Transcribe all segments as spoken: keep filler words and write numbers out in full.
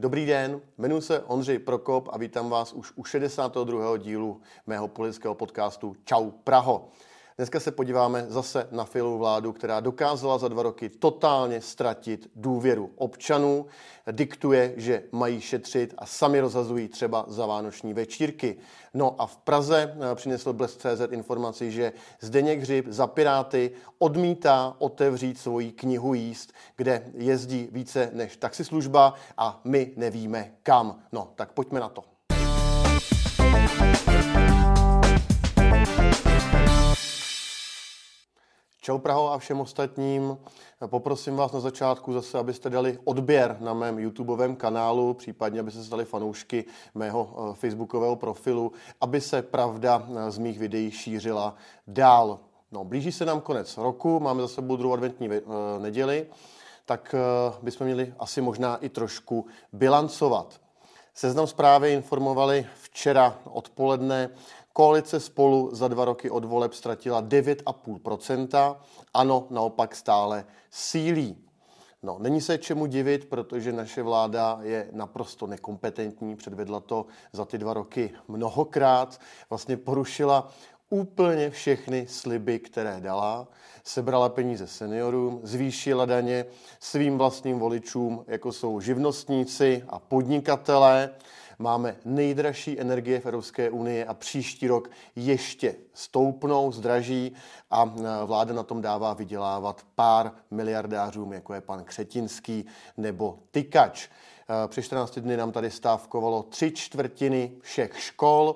Dobrý den, jmenuji se Ondřej Prokop a vítám vás už u šedesátého druhého dílu mého politického podcastu Čau Praho. Dneska se podíváme zase na Fialovu vládu, která dokázala za dva roky totálně ztratit důvěru občanů, diktuje, že mají šetřit a sami rozhazují třeba za vánoční večírky. No a v Praze přinesl Blesk tečka cé zet informaci, že Zdeněk Hřib za Piráty odmítá otevřít svoji knihu jízd, kde jezdí více než taxislužba a my nevíme kam. No, tak pojďme na to. Čau Praho a všem ostatním. Poprosím vás na začátku zase, abyste dali odběr na mém YouTubeovém kanálu, případně abyste se stali fanoušky mého facebookového profilu, aby se pravda z mých videí šířila dál. No, blíží se nám konec roku, máme za sebou druhou adventní neděli, tak bychom měli asi možná i trošku bilancovat. Seznam Zprávy informovali včera odpoledne. Koalice Spolu za dva roky od voleb ztratila devět celá pět procenta, ANO naopak stále sílí. No, není se čemu divit, protože naše vláda je naprosto nekompetentní, předvedla to za ty dva roky mnohokrát, vlastně porušila úplně všechny sliby, které dala, sebrala peníze seniorům, zvýšila daně svým vlastním voličům, jako jsou živnostníci a podnikatelé. Máme nejdražší energie v Evropské unii a příští rok ještě stoupnou, zdraží a vláda na tom dává vydělávat pár miliardářům, jako je pan Křetinský nebo Tykač. Při čtrnácti dny nám tady stávkovalo tři čtvrtiny všech škol,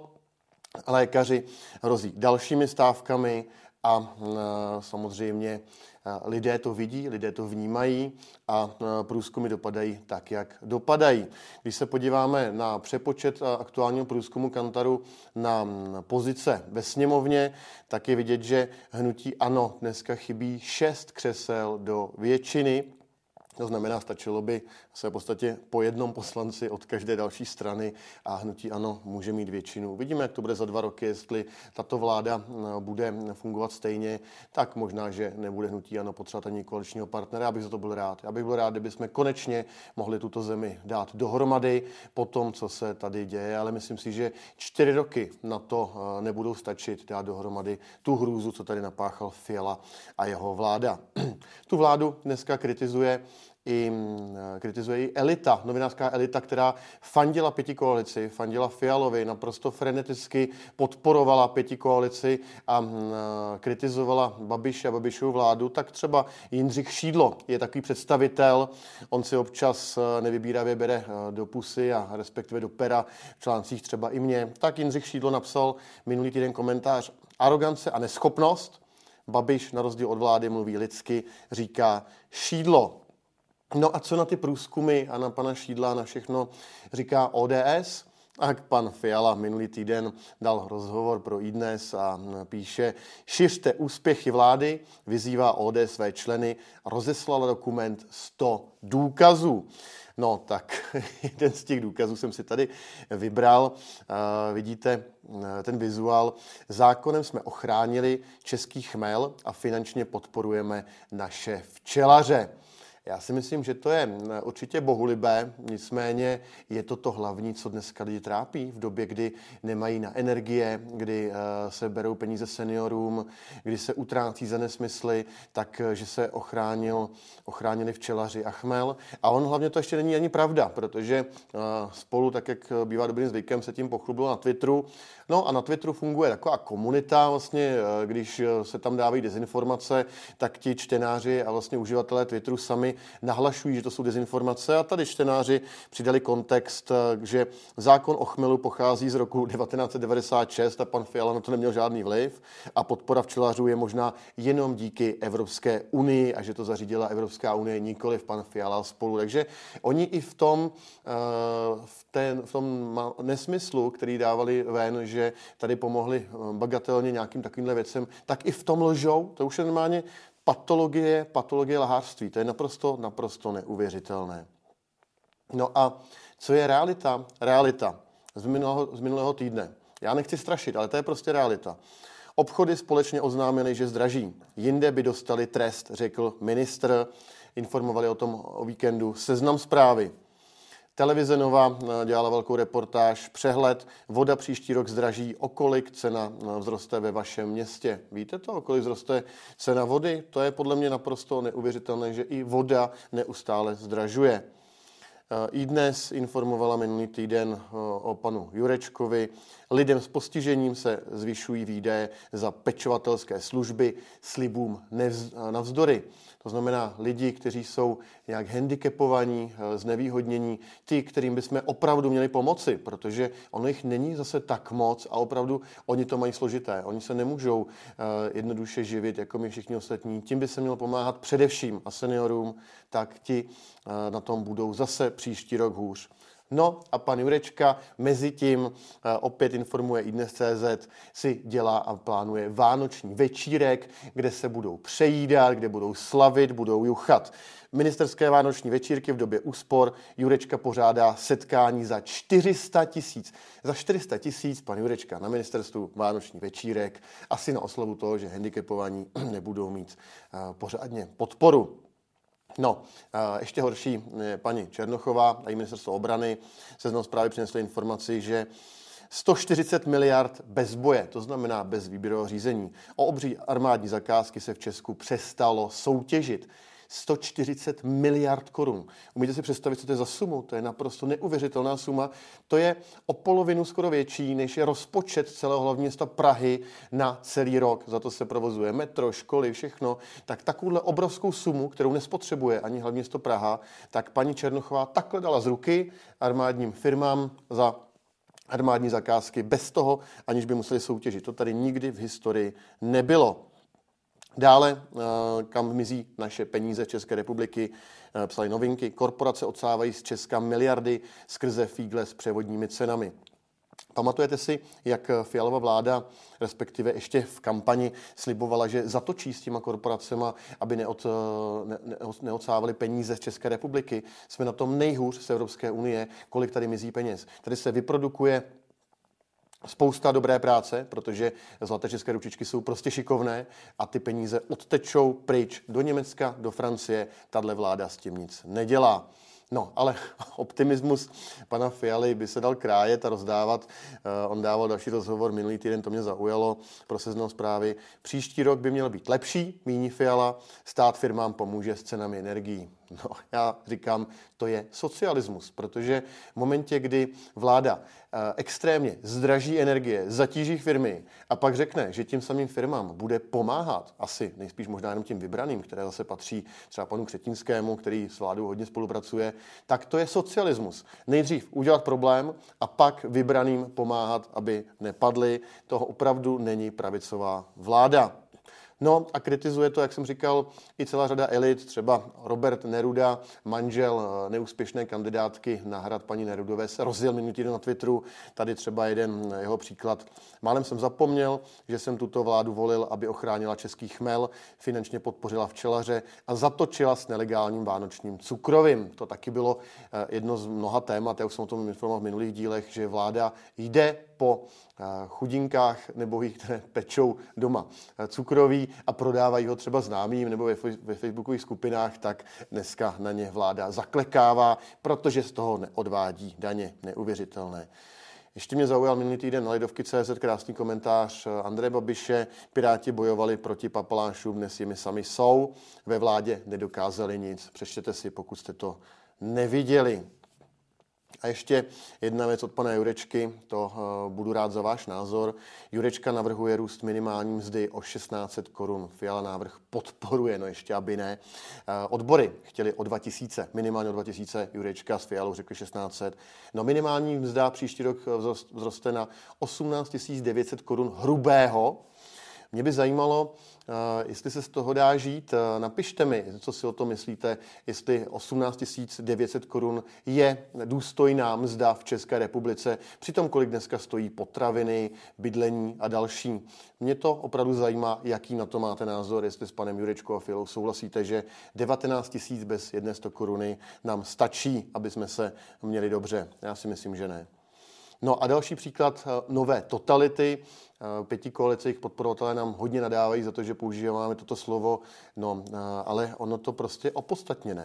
lékaři hrozí dalšími stávkami a samozřejmě lidé to vidí, lidé to vnímají a průzkumy dopadají tak, jak dopadají. Když se podíváme na přepočet aktuálního průzkumu Kantaru na pozice ve sněmovně, tak je vidět, že hnutí ANO dneska chybí šest křesel do většiny. To znamená, stačilo by se v podstatě po jednom poslanci od každé další strany a hnutí ANO může mít většinu. Uvidíme, jak to bude za dva roky, jestli tato vláda bude fungovat stejně, tak možná, že nebude hnutí ANO potřebovat ani koaličního partnera. Já bych za to byl rád. Já bych byl rád, kdybychom konečně mohli tuto zemi dát dohromady po tom, co se tady děje, ale myslím si, že čtyři roky na to nebudou stačit dát dohromady tu hrůzu, co tady napáchal Fiala a jeho vláda. Tu vládu dneska kritizuje i kritizuje i elita, novinářská elita, která fandila pětikoalici, fandila Fialovi, naprosto freneticky podporovala pětikoalici a kritizovala Babiše a Babišovu vládu, tak třeba Jindřich Šídlo je takový představitel, on si občas nevybíravě bere do pusy a respektive do pera v článcích třeba i mě. Tak Jindřich Šídlo napsal minulý týden komentář: arogance a neschopnost, Babiš na rozdíl od vlády mluví lidsky, říká Šídlo. No a co na ty průzkumy a na pana Šídla na všechno říká O D S? Tak pan Fiala minulý týden dal rozhovor pro iDnes a píše: šiřte úspěchy vlády, vyzývá O D S své členy, rozeslala dokument sto důkazů. No tak jeden z těch důkazů jsem si tady vybral. Vidíte ten vizuál. Zákonem jsme ochránili český chmel a finančně podporujeme naše včelaře. Já si myslím, že to je určitě bohulibé, nicméně je to to hlavní, co dneska lidi trápí v době, kdy nemají na energie, kdy se berou peníze seniorům, kdy se utrácí za nesmysly, takže se ochránil, ochránili včelaři a chmel. A on hlavně to ještě není ani pravda, protože Spolu, tak jak bývá dobrým zvykem, se tím pochlubilo na Twitteru. No a na Twitteru funguje taková komunita, vlastně, když se tam dávají dezinformace, tak ti čtenáři a vlastně uživatelé Twitteru sami nahlašují, že to jsou dezinformace a tady čtenáři přidali kontext, že zákon o chmelu pochází z roku devatenáct set devadesát šest a pan Fiala na to neměl žádný vliv a podpora včelařů je možná jenom díky Evropské unii a že to zařídila Evropská unie, nikoliv pan Fiala Spolu. Takže oni i v tom, v, ten, v tom nesmyslu, který dávali ven, že tady pomohli bagatelně nějakým takovýmhle věcem, tak i v tom lžou, to už je normálně patologie, patologie lhářství. To je naprosto, naprosto neuvěřitelné. No a co je realita? Realita z minulého, z minulého týdne. Já nechci strašit, ale to je prostě realita. Obchody společně oznámily, že zdraží. Jinde by dostali trest, řekl ministr. Informovali o tom o víkendu Seznam Zprávy. Televize Nova dělala velkou reportáž, přehled, voda příští rok zdraží, o kolik cena vzroste ve vašem městě. Víte to, o kolik vzroste cena vody? To je podle mě naprosto neuvěřitelné, že i voda neustále zdražuje. iDnes informovala minulý týden o panu Jurečkovi. Lidem s postižením se zvyšují výdaje za pečovatelské služby slibům nevz- navzdory. To znamená lidi, kteří jsou nějak handicapovaní, znevýhodnění, ty, kterým bychom opravdu měli pomoci, protože ono jich není zase tak moc a opravdu oni to mají složité. Oni se nemůžou uh, jednoduše živit, jako my všichni ostatní. Tím by se mělo pomáhat především a seniorům, tak ti uh, na tom budou zase příští rok hůř. No a pan Jurečka mezi tím opět informuje iDnes tečka cé zet, si dělá a plánuje vánoční večírek, kde se budou přejídat, kde budou slavit, budou juchat. Ministerské vánoční večírky v době úspor. Jurečka pořádá setkání za čtyři sta tisíc. Za čtyři sta tisíc pan Jurečka na ministerstvu vánoční večírek. Asi na oslavu toho, že handicapovaní nebudou mít pořádně podporu. No, ještě horší, paní Černochová a její ministerstvo obrany Seznam Zprávy přinesly informaci, že sto čtyřicet miliard bez boje, to znamená bez výběrového řízení. O obří armádní zakázky se v Česku přestalo soutěžit. sto čtyřicet miliard korun. Umíte si představit, co to je za sumu? To je naprosto neuvěřitelná suma. To je o polovinu skoro větší, než je rozpočet celého hlavního města Prahy na celý rok. Za to se provozuje metro, školy, všechno. Tak takovouhle obrovskou sumu, kterou nespotřebuje ani hlavní město Praha, tak paní Černochová takhle dala z ruky armádním firmám za armádní zakázky bez toho, aniž by museli soutěžit. To tady nikdy v historii nebylo. Dále, kam mizí naše peníze České republiky, psali Novinky. Korporace odsávají z Česka miliardy skrze fígle s převodními cenami. Pamatujete si, jak Fialova vláda, respektive ještě v kampani, slibovala, že zatočí s těma korporacema, aby neod, ne, ne, neodsávali peníze z České republiky? Jsme na tom nejhůř z Evropské unie, kolik tady mizí peněz. Tady se vyprodukuje spousta dobré práce, protože zlaté české ručičky jsou prostě šikovné a ty peníze odtečou pryč do Německa, do Francie. Tahle vláda s tím nic nedělá. No, ale optimismus pana Fialy by se dal krájet a rozdávat. On dával další rozhovor minulý týden, to mě zaujalo, pro Seznam Zprávy. Příští rok by měl být lepší, míní Fiala, stát firmám pomůže s cenami energií. No, já říkám, to je socialismus, protože v momentě, kdy vláda eh, extrémně zdraží energie, zatíží firmy a pak řekne, že tím samým firmám bude pomáhat, asi nejspíš možná jenom tím vybraným, které zase patří třeba panu Křetinskému, který s vládou hodně spolupracuje, tak to je socialismus. Nejdřív udělat problém a pak vybraným pomáhat, aby nepadli. Toho opravdu není pravicová vláda. No a kritizuje to, jak jsem říkal, i celá řada elit, třeba Robert Neruda, manžel neúspěšné kandidátky na hrad paní Nerudové, se rozjel minulý týden na Twitteru. Tady třeba jeden jeho příklad. Málem jsem zapomněl, že jsem tuto vládu volil, aby ochránila český chmel, finančně podpořila včelaře a zatočila s nelegálním vánočním cukrovým. To taky bylo jedno z mnoha témat, já už jsem o tom informoval v minulých dílech, že vláda jde po chudinkách nebo jich, které pečou doma cukroví a prodávají ho třeba známým nebo ve, ve facebookových skupinách, tak dneska na ně vláda zaklekává, protože z toho neodvádí daně. Neuvěřitelné. Ještě mě zaujal minulý týden na Lidovky tečka cé zet krásný komentář Andreje Babiše. Piráti bojovali proti papalášům, dnes jimi sami jsou. Ve vládě nedokázali nic. Přečtěte si, pokud jste to neviděli. A ještě jedna věc od pana Jurečky, to uh, budu rád za váš názor. Jurečka navrhuje růst minimální mzdy o šestnáct set korun. Fiala návrh podporuje, no ještě aby ne. Uh, odbory chtěli o dva tisíce, minimálně o dva tisíce, Jurečka s Fialou řekli šestnáct set. No minimální mzda příští rok vzroste na osmnáct tisíc devět set korun hrubého. Mě by zajímalo, jestli se z toho dá žít. Napište mi, co si o to myslíte, jestli osmnáct tisíc devět set korun je důstojná mzda v České republice, přitom kolik dneska stojí potraviny, bydlení a další. Mě to opravdu zajímá, jaký na to máte názor, jestli s panem Jurečkou a Fialou souhlasíte, že devatenáct tisíc bez jedné sto koruny nám stačí, aby jsme se měli dobře. Já si myslím, že ne. No a další příklad nové totality. Pěti koalice, jejich podporovatelé nám hodně nadávají za to, že používáme toto slovo, no ale ono to prostě opodstatněné.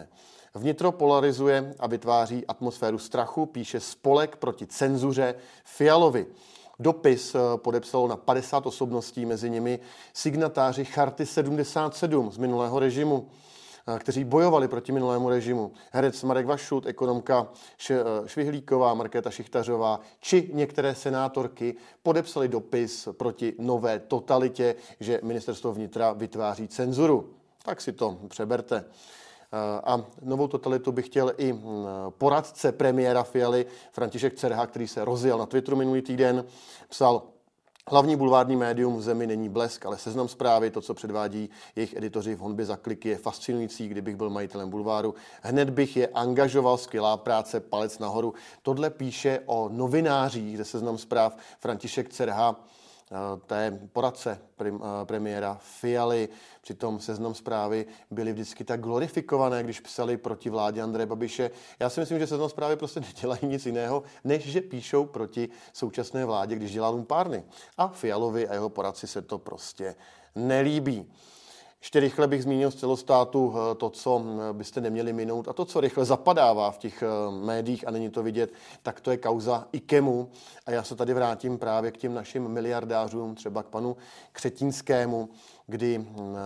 Vnitro polarizuje a vytváří atmosféru strachu, píše spolek proti cenzuře Fialovi. Dopis podepsalo na padesát osobností, mezi nimi signatáři Charty sedmdesát sedm z minulého režimu, kteří bojovali proti minulému režimu. Herec Marek Vašut, ekonomka Švihlíková, Markéta Šichtařová či některé senátorky podepsali dopis proti nové totalitě, že ministerstvo vnitra vytváří cenzuru. Tak si to přeberte. A novou totalitu bych chtěl i poradce premiéra Fialy František Cerha, který se rozjel na Twitteru minulý týden, psal: hlavní bulvární médium v zemi není Blesk, ale Seznam Zprávy. To, co předvádí jejich editoři v honbě za kliky, je fascinující. Kdybych byl majitelem bulváru, hned bych je angažoval. Skvělá práce, palec nahoru. Tohle píše o novinářích ze Seznam Zpráv František Cerha, té poradce premiéra Fialy. Přitom Seznam Zprávy byly vždycky tak glorifikované, když psali proti vládě Andreje Babiše. Já si myslím, že Seznam Zprávy prostě nedělají nic jiného, než že píšou proti současné vládě, když dělá lumpárny. A Fialovi a jeho poradci se to prostě nelíbí. Ještě rychle bych zmínil z celostátu to, co byste neměli minout, a to, co rychle zapadává v těch médiích a není to vidět, tak to je kauza IKEMu. A já se tady vrátím právě k těm našim miliardářům, třeba k panu Křetínskému, kdy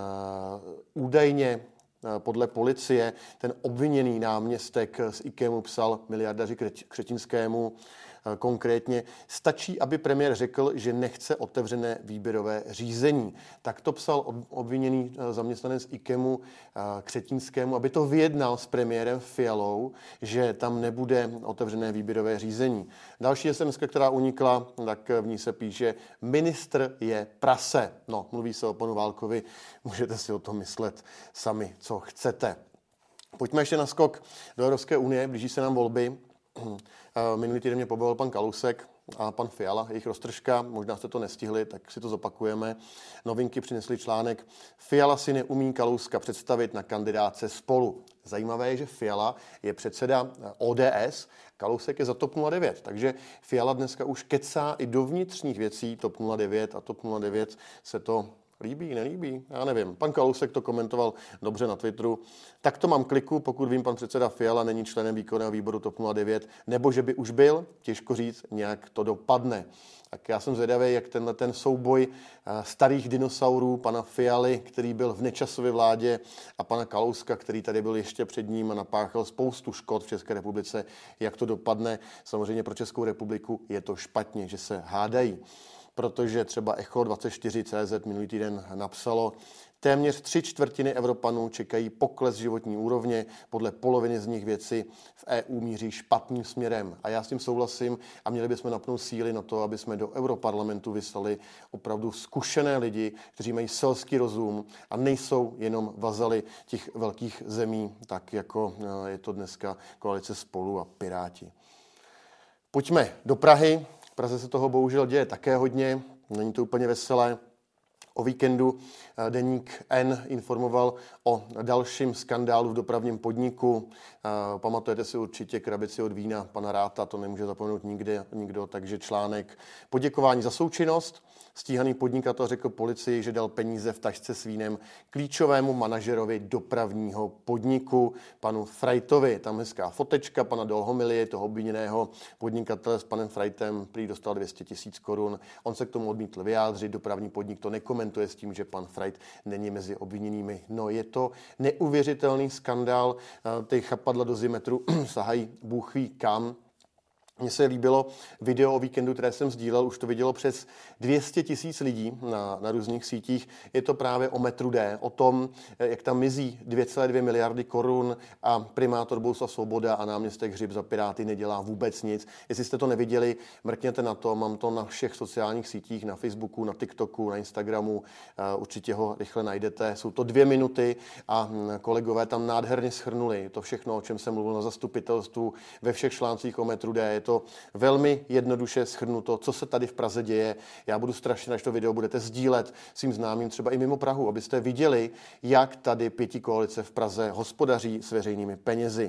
údajně podle policie ten obviněný náměstek z IKEMu psal miliardáři Křetínskému konkrétně: stačí, aby premiér řekl, že nechce otevřené výběrové řízení. Tak to psal obviněný zaměstnanec IKEMu Křetínskému, aby to vyjednal s premiérem Fialou, že tam nebude otevřené výběrové řízení. Další es em es, která unikla, tak v ní se píše: ministr je prase. No, mluví se o panu Válkovi, můžete si o tom myslet sami, co chcete. Pojďme ještě na skok do Evropské unie, blíží se nám volby. Minulý týden mě pobavil pan Kalousek a pan Fiala, jejich roztržka, možná jste to nestihli, tak si to zopakujeme. Novinky přinesli článek: Fiala si neumí Kalouska představit na kandidátce Spolu. Zajímavé je, že Fiala je předseda O D S, Kalousek je za TOP nula devět, takže Fiala dneska už kecá i do vnitřních věcí TOP nula devět a TOP nula devět se to líbí, nelíbí? Já nevím. Pan Kalousek to komentoval dobře na Twitteru. Tak to mám kliku, pokud vím, pan předseda Fiala není členem výkonného výboru TOP nula devět, nebo že by už byl, těžko říct, nějak to dopadne. Tak já jsem zvědavý, jak tenhle ten souboj starých dinosaurů, pana Fialy, který byl v Nečasově vládě, a pana Kalouska, který tady byl ještě před ním a napáchal spoustu škod v České republice, jak to dopadne. Samozřejmě pro Českou republiku je to špatně, že se hádají. Protože třeba Echo dvacet čtyři tečka cé zet minulý týden napsalo: téměř tři čtvrtiny Evropanů čekají pokles životní úrovně, podle poloviny z nich věci v E U míří špatným směrem. A já s tím souhlasím a měli bychom napnout síly na to, aby jsme do Europarlamentu vyslali opravdu zkušené lidi, kteří mají selský rozum a nejsou jenom vazali těch velkých zemí, tak jako je to dneska koalice Spolu a Piráti. Pojďme do Prahy. V Praze se toho bohužel děje také hodně, není to úplně veselé. O víkendu deník N informoval o dalším skandálu v dopravním podniku. Pamatujete si určitě krabici od vína pana Ráta, to nemůže zapomenout nikde, nikdo, takže článek: poděkování za součinnost. Stíhaný podnikatel řekl policii, že dal peníze v tašce s vínem klíčovému manažerovi dopravního podniku, panu Frajtovi. Tam hezká fotečka pana Dolhomilie, toho obviněného podnikatele s panem Frajtem, prý dostal dvě stě tisíc korun. On se k tomu odmítl vyjádřit, dopravní podnik to nekomentuje s tím, že pan Frajt není mezi obviněnými. No, je to neuvěřitelný skandál, ty chapadla dozimetru sahají bůh ví kam. Mně se líbilo video o víkendu, které jsem sdílel, už to vidělo přes dvě stě tisíc lidí na, na různých sítích. Je to právě o metru D, o tom, jak tam mizí dvě celé dvě miliardy korun a primátor Bohuslav Svoboda a náměstek Hřib za Piráty nedělá vůbec nic. Jestli jste to neviděli, mrkněte na to, mám to na všech sociálních sítích, na Facebooku, na TikToku, na Instagramu, určitě ho rychle najdete. Jsou to dvě minuty a kolegové tam nádherně shrnuli to všechno, o čem jsem mluvil na zastupitelstvu, ve všech článcích o metru D. Je to velmi jednoduše shrnuto, co se tady v Praze děje. Já budu strašně, až to video budete sdílet svým známým třeba i mimo Prahu, abyste viděli, jak tady pětikoalice v Praze hospodaří s veřejnými penězi.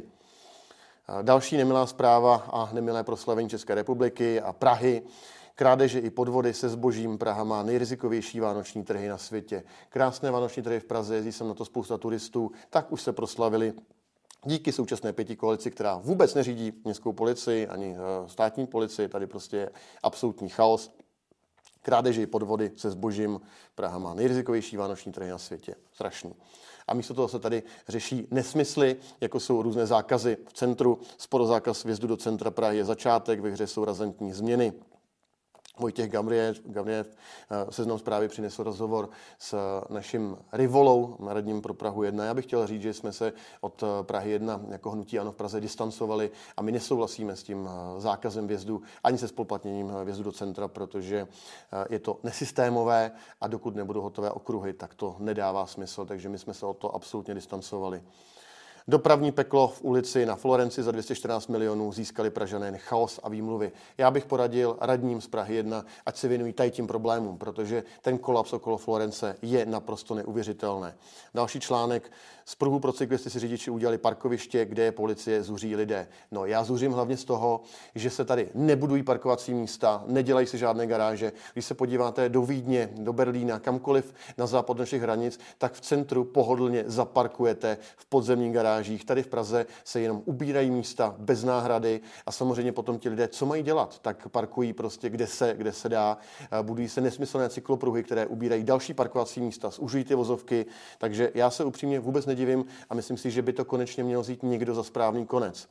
Další nemilá zpráva a nemilé proslavení České republiky a Prahy. Krádeže i podvody se zbožím. Praha má nejrizikovější vánoční trhy na světě. Krásné vánoční trhy v Praze, jezdí sem na to spousta turistů, tak už se proslavili díky současné pětikoalici, která vůbec neřídí městskou policii ani státní policii, tady prostě je absolutní chaos. Krádeži, podvody se zbožím. Praha má nejrizikovější vánoční trhy na světě. Strašný. A místo toho se tady řeší nesmysly, jako jsou různé zákazy v centru. Sporozákaz vjezdu do centra Prahy je začátek, ve hře jsou razantní změny. Vojtěch Gabriev, Gabriev Seznam Zprávy přinesl rozhovor s naším rivolou, radním pro Prahu jedna. Já bych chtěl říct, že jsme se od Prahy jedna jako hnutí ANO v Praze distancovali a my nesouhlasíme s tím zákazem vjezdu ani se spoluplatněním vjezdu do centra, protože je to nesystémové a dokud nebudou hotové okruhy, tak to nedává smysl, takže my jsme se od toho absolutně distancovali. Dopravní peklo v ulici na Florenci za dvě stě čtrnáct milionů získali Pražané jen chaos a výmluvy. Já bych poradil radním z Prahy jedna, ať se věnují tady tím problémům, protože ten kolaps okolo Florence je naprosto neuvěřitelné. Další článek. Z pruhu pro cyklisty si řidiči udělali parkoviště, kde je policie, zuří lidé. No, já zuřím hlavně z toho, že se tady nebudují parkovací místa, nedělají se žádné garáže. Když se podíváte do Vídně, do Berlína, kamkoliv na západ našich hranic, tak v centru pohodlně zaparkujete v podzemních garážích. Tady v Praze se jenom ubírají místa bez náhrady a samozřejmě potom ti lidé, co mají dělat, tak parkují prostě kde se, kde se dá. Budují se nesmyslné cyklopruhy, které ubírají další parkovací místa, zužují ty vozovky, takže já se upřímně vůbec nedivím a myslím si, že by to konečně měl vzít někdo za správný konec.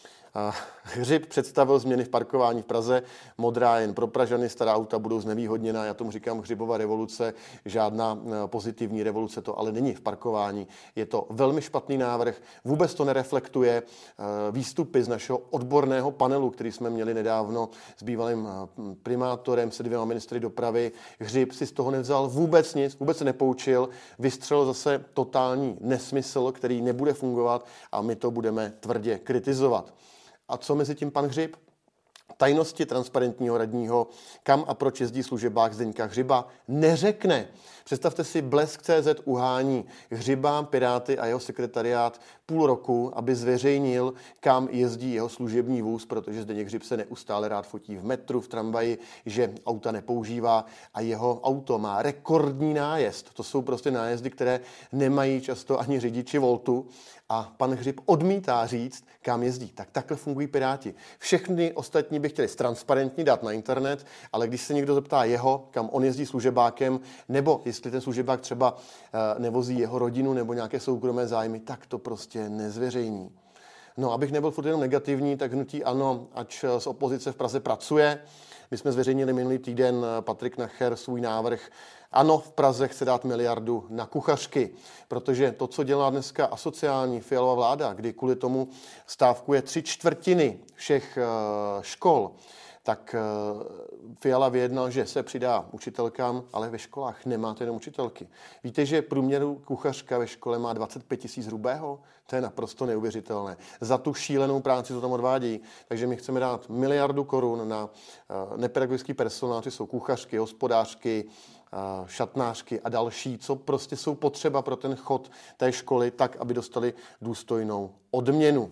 Hřib představil změny v parkování v Praze. Modrá jen pro Pražany, stará auta budou znevýhodněna. Já tomu říkám Hřibova revoluce. Žádná pozitivní revoluce to ale není v parkování. Je to velmi špatný návrh. Vůbec to nereflektuje výstupy z našeho odborného panelu, který jsme měli nedávno s bývalým primátorem, se dvěma ministry dopravy. Hřib si z toho nevzal vůbec nic, vůbec se nepoučil. Vystřelil zase totální nesmysl, který nebude fungovat a my to budeme tvrdě kritizovat. A co mezi tím pan Hřib? Tajnosti transparentního radního, kam a proč jezdí služebák Zdeňka Hřiba, neřekne. Představte si, Blesk tečka cé zet uhání Hřiba, Piráty a jeho sekretariát půl roku, aby zveřejnil, kam jezdí jeho služební vůz, protože Zdeněk Hřib se neustále rád fotí v metru, v tramvaji, že auta nepoužívá a jeho auto má rekordní nájezd. To jsou prostě nájezdy, které nemají často ani řidiči Voltu. A pan Hřib odmítá říct, kam jezdí. Tak takhle fungují Piráti. Všechny ostatní by chtěli transparentně dát na internet, ale když se někdo zeptá jeho, kam on jezdí služebákem, nebo jestli ten služebák třeba nevozí jeho rodinu nebo nějaké soukromé zájmy, tak to prostě nezveřejní. No, abych nebyl furt jenom negativní, tak hnutí ANO, ač z opozice v Praze pracuje. My jsme zveřejnili minulý týden, Patrik Nacher, svůj návrh. ANO v Praze chce dát miliardu na kuchařky, protože to, co dělá dneska asociální Fialova vláda, kdy kvůli tomu stávkuje tři čtvrtiny všech škol, tak Fiala vyjednal, že se přidá učitelkám, ale ve školách nemáte jenom učitelky. Víte, že průměru kuchařka ve škole má dvacet pět tisíc hrubého? To je naprosto neuvěřitelné. Za tu šílenou práci, co tam odvádí. Takže my chceme dát miliardu korun na nepedagogický personál, což jsou kuchařky, hospodářky, šatnářky a další, co prostě jsou potřeba pro ten chod té školy, tak, aby dostali důstojnou odměnu.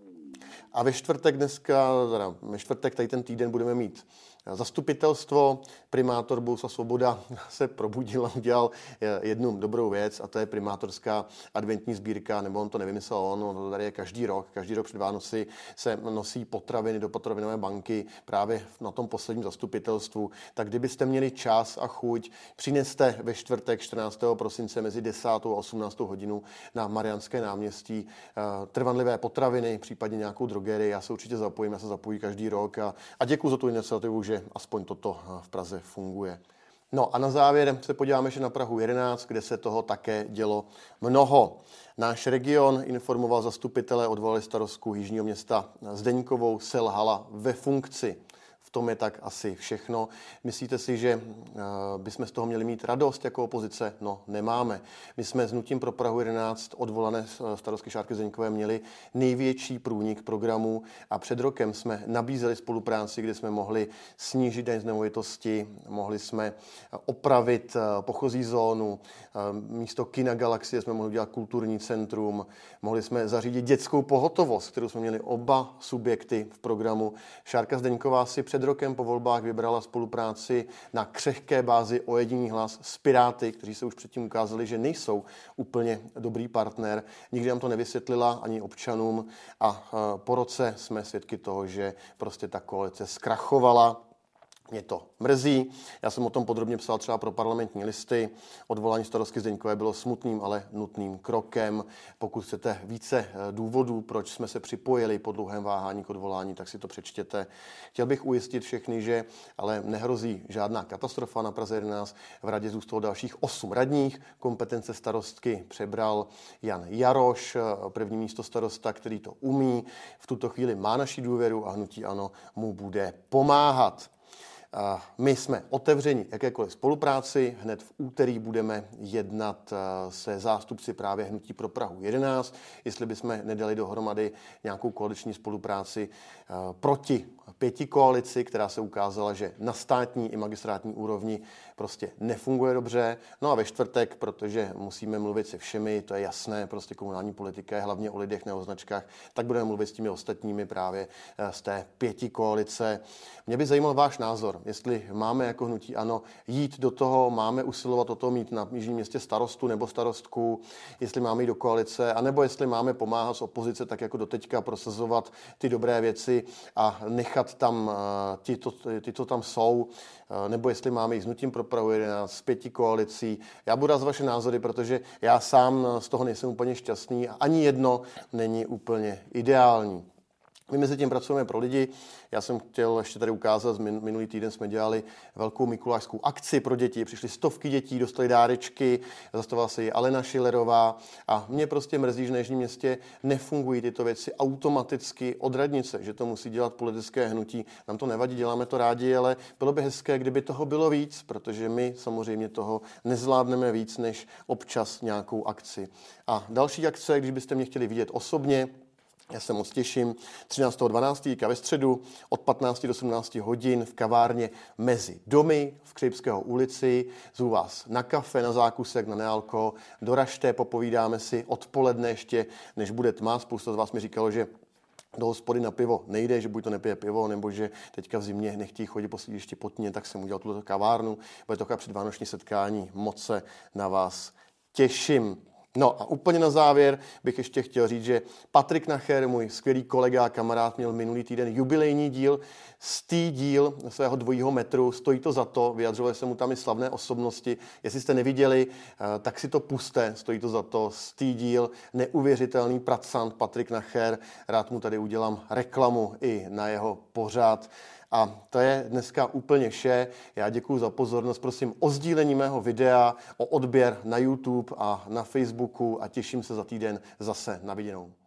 A ve čtvrtek dneska, teda ve čtvrtek tady ten týden budeme mít zastupitelstvo. Primátor Bohuslav Svoboda se probudil a udělal jednu dobrou věc a to je primátorská adventní sbírka, nebo on to nevymyslel on, on to tady je každý rok. Každý rok před Vánoci se nosí potraviny do potravinové banky právě na tom posledním zastupitelstvu. Tak kdybyste měli čas a chuť, přineste ve čtvrtek čtrnáctého prosince mezi desátou a osmnáctou hodinu na Mariánské náměstí trvanlivé potraviny, případně nějakou drogerii. Já se určitě zapojím, já se zapojí každý rok a, a děkuji za tu iniciativu, že aspoň toto v Praze funguje. No a na závěr se podíváme ještě na Prahu jedenáct, kde se toho také dělo mnoho. Náš region informoval zastupitele, odvolali starostku Jižního Města Zdeňkovou, selhala ve funkci. V tom je tak asi všechno. Myslíte si, že bychom z toho měli mít radost jako opozice? No, nemáme. My jsme s hnutím pro Prahu jedenáct odvolané starostky Šárky Zdeňkové měli největší průnik programů a před rokem jsme nabízeli spolupráci, kde jsme mohli snížit daň z nemovitosti, mohli jsme opravit pochozí zónu, místo Kina Galaxie jsme mohli udělat kulturní centrum, mohli jsme zařídit dětskou pohotovost, kterou jsme měli oba subjekty v programu. Šárka Zdeňková si před před rokem po volbách vybrala spolupráci na křehké bázi o jediný hlas s Piráty, kteří se už předtím ukázali, že nejsou úplně dobrý partner. Nikdy nám to nevysvětlila ani občanům a po roce jsme svědky toho, že prostě ta koalice zkrachovala. Mě to mrzí. Já jsem o tom podrobně psal třeba pro Parlamentní listy. Odvolání starostky Zdeňkové bylo smutným, ale nutným krokem. Pokud chcete více důvodů, proč jsme se připojili po dlouhém váhání k odvolání, tak si to přečtěte. Chtěl bych ujistit všechny, že ale nehrozí žádná katastrofa na Praze jedenáct. V radě zůstalo dalších osm radních. Kompetence starostky přebral Jan Jaroš, první místo starosta, který to umí. V tuto chvíli má naši důvěru a hnutí ANO mu bude pomáhat. My jsme otevřeni jakékoliv spolupráci. Hned v úterý budeme jednat se zástupci právě Hnutí pro Prahu jedenáct, jestli bychom nedali dohromady nějakou koaliční spolupráci proti pěti koalici, která se ukázala, že na státní i magistrátní úrovni prostě nefunguje dobře. No a ve čtvrtek, protože musíme mluvit se všemi, to je jasné, prostě komunální politika je hlavně o lidech, ne o značkách, tak budeme mluvit s těmi ostatními právě z té pěti koalice. Mě by zajímal váš názor, jestli máme jako hnutí ANO jít do toho, máme usilovat o to mít na Jižním Městě starostu nebo starostku, jestli máme jít do koalice, anebo jestli máme pomáhat z opozice tak jako doteďka prosazovat ty dobré věci a nechat tam ty, to, ty, co tam jsou, nebo jestli máme jít s Hnutím pro Prahu jedenáct, s pěti koalicí. Já budu rád z vaše názory, protože já sám z toho nejsem úplně šťastný a ani jedno není úplně ideální. My mezi tím pracujeme pro lidi. Já jsem chtěl ještě tady ukázat, minulý týden jsme dělali velkou mikulášskou akci pro děti. Přišly stovky dětí, dostali dárečky, zastavila se ji Alena Šilerová a mě prostě mrzí, že na Jižním Městě nefungují tyto věci automaticky od radnice, že to musí dělat politické hnutí. Nám to nevadí, děláme to rádi, ale bylo by hezké, kdyby toho bylo víc, protože my samozřejmě toho nezvládneme víc, než občas nějakou akci. A další akce, když byste mě chtěli vidět osobně, já se moc těším. třináctého dvanáctého ve středu od patnácti do sedmnácti hodin v kavárně Mezi domy v Křejpského ulici. Zvu vás na kafe, na zákusek, na nealko. Doražte, popovídáme si odpoledne ještě, než bude tma. Spousta z vás mi říkalo, že do hospody na pivo nejde, že buď to nepije pivo, nebo že teďka v zimě nechtějí chodit po sídlišti Potně, tak jsem udělal tuto kavárnu. Bude to taková předvánoční setkání. Moc se na vás těším. No a úplně na závěr bych ještě chtěl říct, že Patrik Nacher, můj skvělý kolega a kamarád, měl minulý týden jubilejní díl, stý díl svého dvojího metru, stojí to za to, vyjadřovali se mu tam i slavné osobnosti. Jestli jste neviděli, tak si to puste, stojí to za to, stý díl, neuvěřitelný pracant Patrik Nacher, rád mu tady udělám reklamu i na jeho pořad. A to je dneska úplně vše. Já děkuji za pozornost. Prosím o sdílení mého videa, o odběr na YouTube a na Facebooku a těším se za týden zase na viděnou.